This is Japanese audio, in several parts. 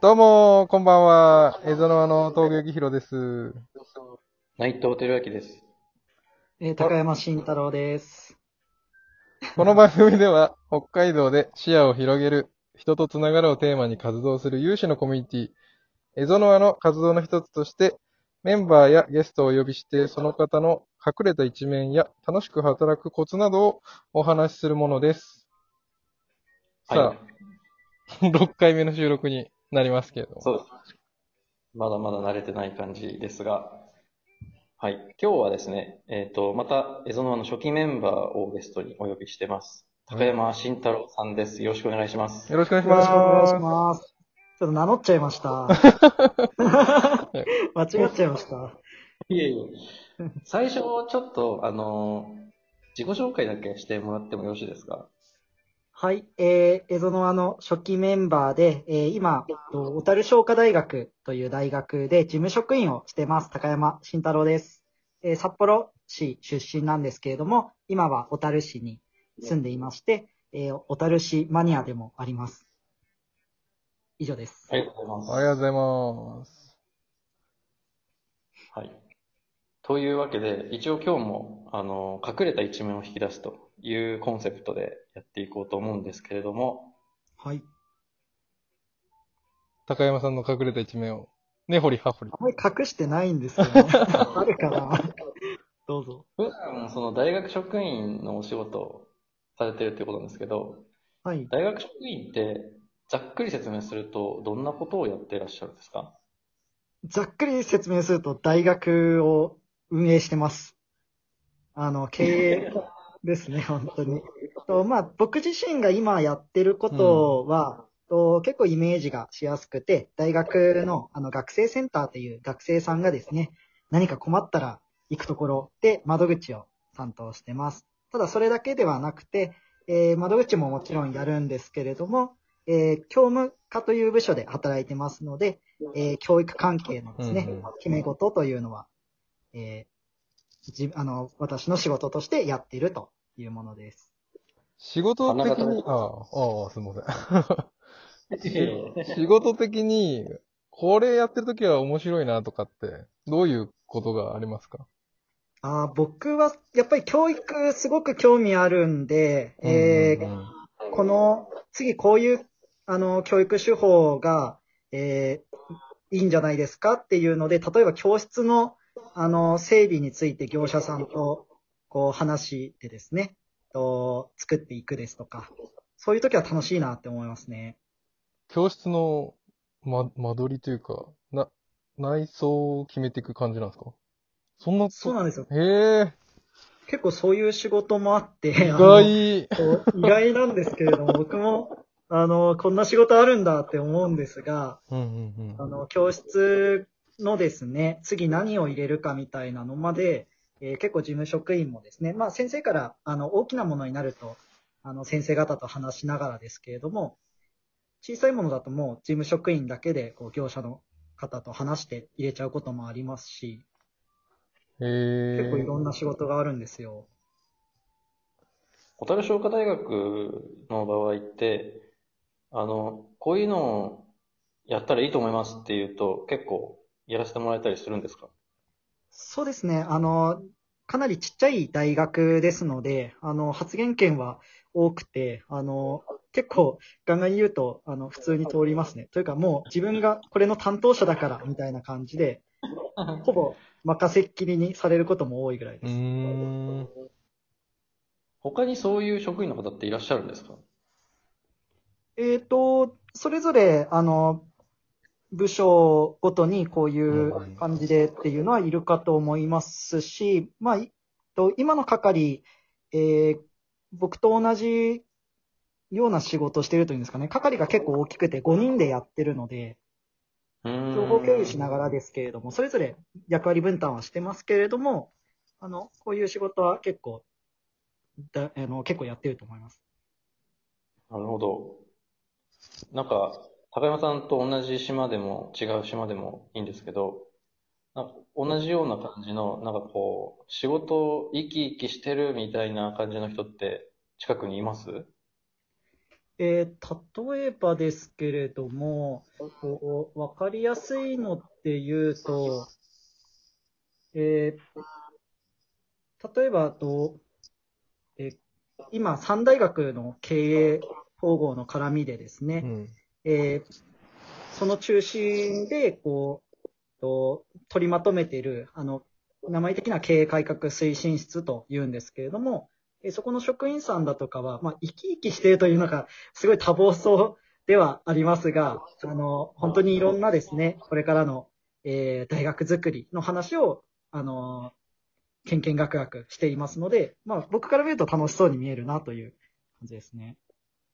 どうも、こんばんは。江戸の東京幸宏です。 内藤輝明です。 こ高山慎太郎です。 この番組では、北海道で視野を広げる、人とつながるをテーマに活動する有志のコミュニティ、エゾノアの活動の一つとして、メンバーやゲストをお呼びして、その方の隠れた一面や楽しく働くコツなどをお話しするものです。 はい。 さあ、6回目の収録になりますけれども。 そうです。まだまだ慣れてない感じですが、はい。今日はですね、また、エゾノアの初期メンバーをゲストにお呼びしてます。高はい。 山慎太郎さんです。よろしくお願いします。 よろしくお願いしよろしくお願いします。 ます。ちょっと名乗っちゃいました。間違っちゃいました。 いえいえ。最初、ちょっと、自己紹介だけしてもらってもよろしいですか？ はい、エゾノアの初期メンバーで、今、小樽商科大学という大学で事務職員をしてます、高山慎太郎です。札幌市出身なんですけれども、今は小樽市に住んでいまして、小樽市マニアでもあります。以上です。 ありがとうございます。 ありがとうございます。 はい。というわけで、一応今日も、隠れた一面を引き出すというコンセプトでやっていこうと思うんですけれども、 はい。 高山さんの隠れた一面を、根掘り葉掘り。 あんまり隠してないんですけどね。あるかな。どうぞ。 普段、その大学職員のお仕事をされてるってことなんですけど、 はい。 大学職員ってざっくり説明すると、どんなことをやっていらっしゃるんですか？ ざっくり説明すると、大学を運営してます。経営ですね、本当に。僕自身が今やってることは、結構イメージがしやすくて、大学の学生センターという学生さんがですね、何か困ったら行くところで窓口を担当してます。ただそれだけではなくて、窓口ももちろんやるんですけれども、教務課という部署で働いてますので、教育関係のですね、決め事というのは、え私の仕事としてやっているというものです。 仕事花形で。 的に、すみません。 いえいえ。 仕事的に、これやってるときは面白いなとかって、どういうことがありますか？ 僕はやっぱり教育すごく興味あるんで、この次こういう教育手法が、いいんじゃないですかっていうので、例えば教室の整備について業者さんとこう話してですね、作っていくですとか、そういう時は楽しいなって思いますね。 教室の、間取りというか、内装を決めていく感じなんですか？そんなと、 そうなんですよ。 へえ、 結構そういう仕事もあって、 意外。 意外なんですけれども、僕も、こんな仕事あるんだって思うんですが、 うんうん教室のですね、次何を入れるかみたいなのまで、結構事務職員もですね、まあ先生から、大きなものになると、先生方と話しながらですけれども、小さいものだともう事務職員だけで、こう、業者の方と話して入れちゃうこともありますし、 うん。 結構いへえ、 ろんな仕事があるんですよ。 小樽商科大学の場合って、こういうのをやったらいいと思いますっていうと、結構やらせてもらえたりするんですか？ そうですね。かなりちっちゃい大学ですので、発言権は多くて、結構ガンガン言うと、普通に通りますね。というかもう自分がこれの担当者だから、みたいな感じで、ほぼ任せっきりにされることも多いぐらいうーです。 ん。 他にそういう職員の方っていらっしゃるんですか？ それぞれ、部署ごとにこういう感じでっていうのはいるかと思いますし、今の係、えー僕と同じような仕事をしているというんですかね、係が結構大きくて5人でやってるので、 うー情報共有しなん。 がらですけれども、それぞれ役割分担はしてますけれども、こういう仕事は結構やってると思います。 なるほど。なんか、高山さんと同じ島でも違う島でもいいんですけど、なんか同じような感じの、なんかこう、仕事生き生きしてるみたいな感じの人って近くにいます？ 例えばですけれども、わかりやすいのっていうと、え例えばえー今、三大学の経営統合の絡みでですね、 うん。 その中心で、取りまとめている、名前的な経営改革推進室というんですけれども、そこの職員さんだとかは、まあ、生き生きしているというのが、すごい多忙そうではありますが、本当にいろんなですね、これからの、大学づくりの話を、けんけんがくがくしていますので、まあ、僕から見ると楽しそうに見えるなという感じですね。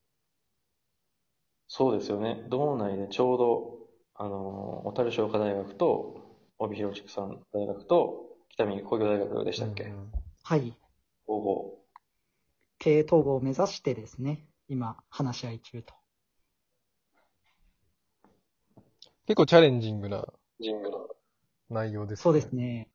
そうですよね。道内でちょうど、小樽商科大学と、帯広畜産大学と、北見工業大学でしたっけ、 うんはい。 統合。 経営統合を目指してですね、今、話し合い中と。 結構チャレンジングなジングル。 内容ですそうでね。 すね。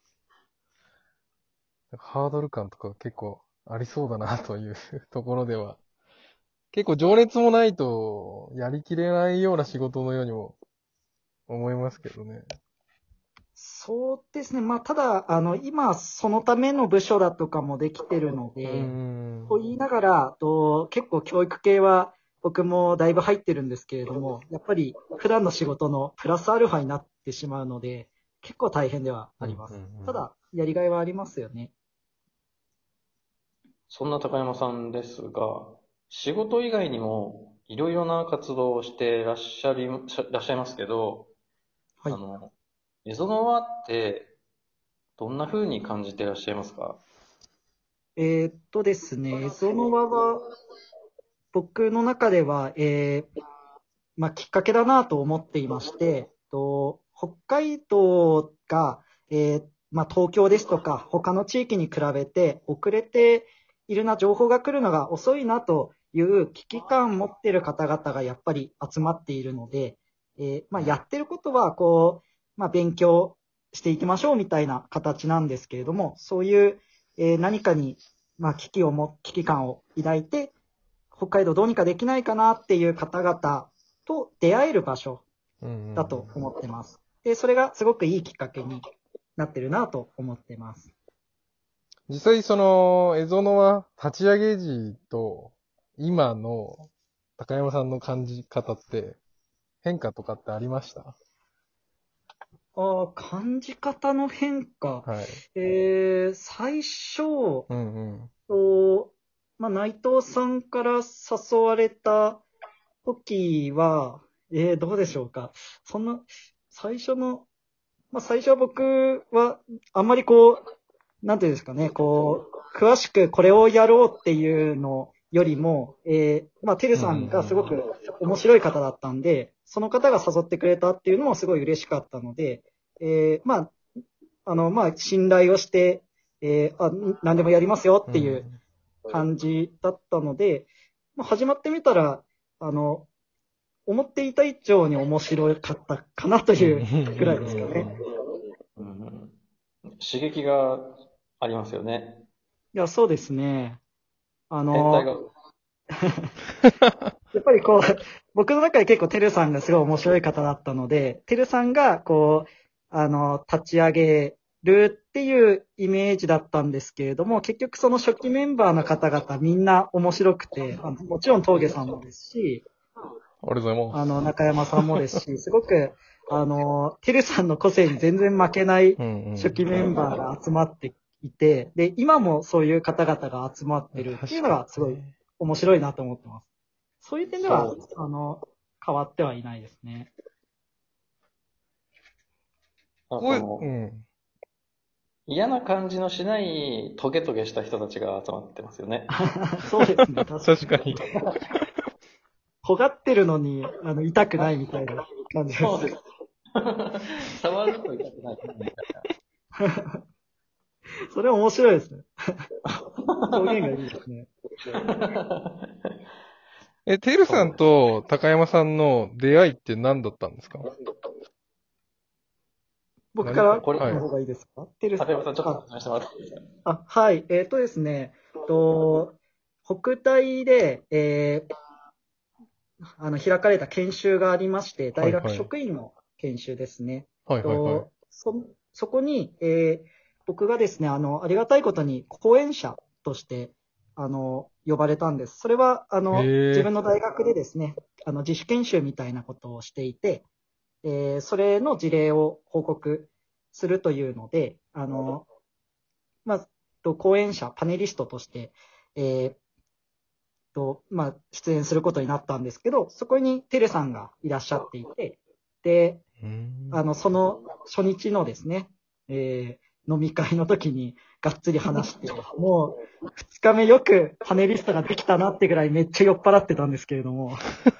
ハードル感とか結構ありそうだなというところでは。結構情熱もないとやりきれないような仕事のようにも思いますけどね。 そうですね。まあ、ただ、今、そのための部署だとかもできてるのうーで、 ん。 と言いながら、結構教育系は僕もだいぶ入ってるんですけれども、やっぱり普段の仕事のプラスアルファになってしまうので、結構大変ではあります。ただ、やりがいはありますよね。 そんな高山さんですが、仕事以外にもいろいろな活動をしてらっしゃいますけど、 はい。 エゾノワってどんな風に感じてらっしゃいますか？ ですね、その輪は、僕の中では、まあ、きっかけだなと思っていまして、北海道が、まあ、東京ですとか、他の地域に比べて遅れているな、情報が来るのが遅いなという危機感を持っている方々がやっぱり集まっているので、まあ、やってることは、まあ、勉強していきましょうみたいな形なんですけれども、そういう、何かに、まあ、危機感を抱いて、北海道どうにかできないかなっていう方々と出会える場所だと思ってます。で、それがすごくいいきっかけになってるなと思ってます。 実際その、エゾノは立ち上げ時と今の高山さんの感じ方って変化とかってありました？ 感じ方の変化。 はい。 最初、 うんうん。 まあ、内藤さんから誘われた時は、どうでしょうか。そんな、最初の、まあ、最初は僕は、あんまりなんていうんですかね、詳しくこれをやろうっていうのよりも、まあ、てるさんがすごく面白い方だったんで、その方が誘ってくれたっていうのもすごい嬉しかったので、まあ、まあ、信頼をして、何でもやりますよっていう感じだったので、まあ、始まってみたら、あの、思っていた以上に面白かったかなというぐらいですかね。 うん、刺激がありますよね。 いや、そうですね。あの、 天体が、 やっぱり僕の中で結構てるさんがすごい面白い方だったので、てるさんが立ち上げるっていうイメージだったんですけれども、結局その初期メンバーの方々みんな面白くて、もちろん峠さんもですし、 ありがとうございます。 中山さんもですし、すごく、てるさんの個性に全然負けない初期メンバーが集まっていて、で、今もそういう方々が集まってるっていうのがすごい面白いなと思ってます。そういう点では、変わってはいないですね。 こういう、うん。 嫌な感じのしないトゲトゲした人たちが集まってますよね。 そうですね、確かに。 確かに。 尖ってるのに、痛くないみたいな感じです。 そうです。触ると痛くないみたいそれ面白いですね。表現がいいですね。 な。 てるさんと高山さんの出会いって何だったんですか？ 僕からこれはい。 の方がいいですか？てる竹山さん、ちょっと説明してもらっていいですか？ はい。ですね、北大で、 開かれた研修がありまして、大学はいはい。 職員の研修ですね。 はいはいはい。 そこに、僕がですね、ありがたいことに講演者として、呼ばれたんです。それは、自え分の大学でですね、自主研修みたいなことをしていて、それの事例を報告するというので、まあ、講演者、パネリストとして、え出演することになったんですけど、そこにテレさんがいらっしゃっていて、で、 うーん。 その初日のですね、飲み会の時にがっつり話して、もう二日目よくパネリストができたなってぐらいめっちゃ酔っ払ってたんですけれども、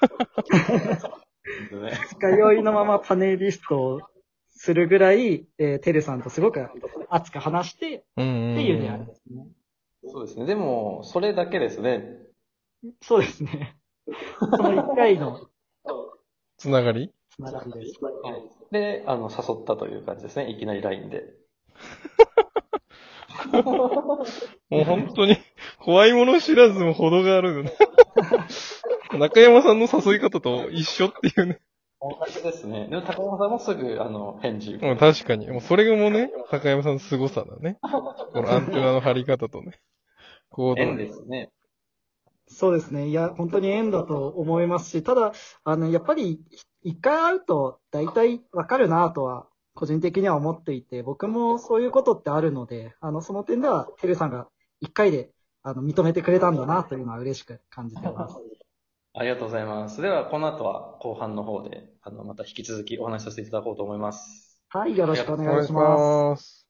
ですね。 二日酔いのままパネリストをするぐらい、テレさんとすごく熱く話してっうんうんていう出うん。 会いですね。 そうですね。でも、それだけですね。 そうですね。その一回のつながりつながりです。 はい。で、誘ったという感じですね。いきなり LINE で。 もう本当に、怖いもの知らずも程があるよね。中山さんの誘い方と一緒っていうね。 同じですね。でも、高山さんもすぐ、返事。 もう確かに。もうそれがもうね、高山さんの凄さだね。このアンテナの張り方とね、行動縁で力。 すね。 そうですね。いや、本当に縁だと思いますし、ただ、やっぱり、一回会うと大体わかるなとは、個人的には思っていて、僕もそういうことってあるので、その点では、テルさんが一回で、認めてくれたんだなというのは嬉しく感じてます。 ありがとうございます。では、この後は後半の方で、また引き続きお話しさせていただこうと思います。 はい、よろしくお願いしお願いします。 ます。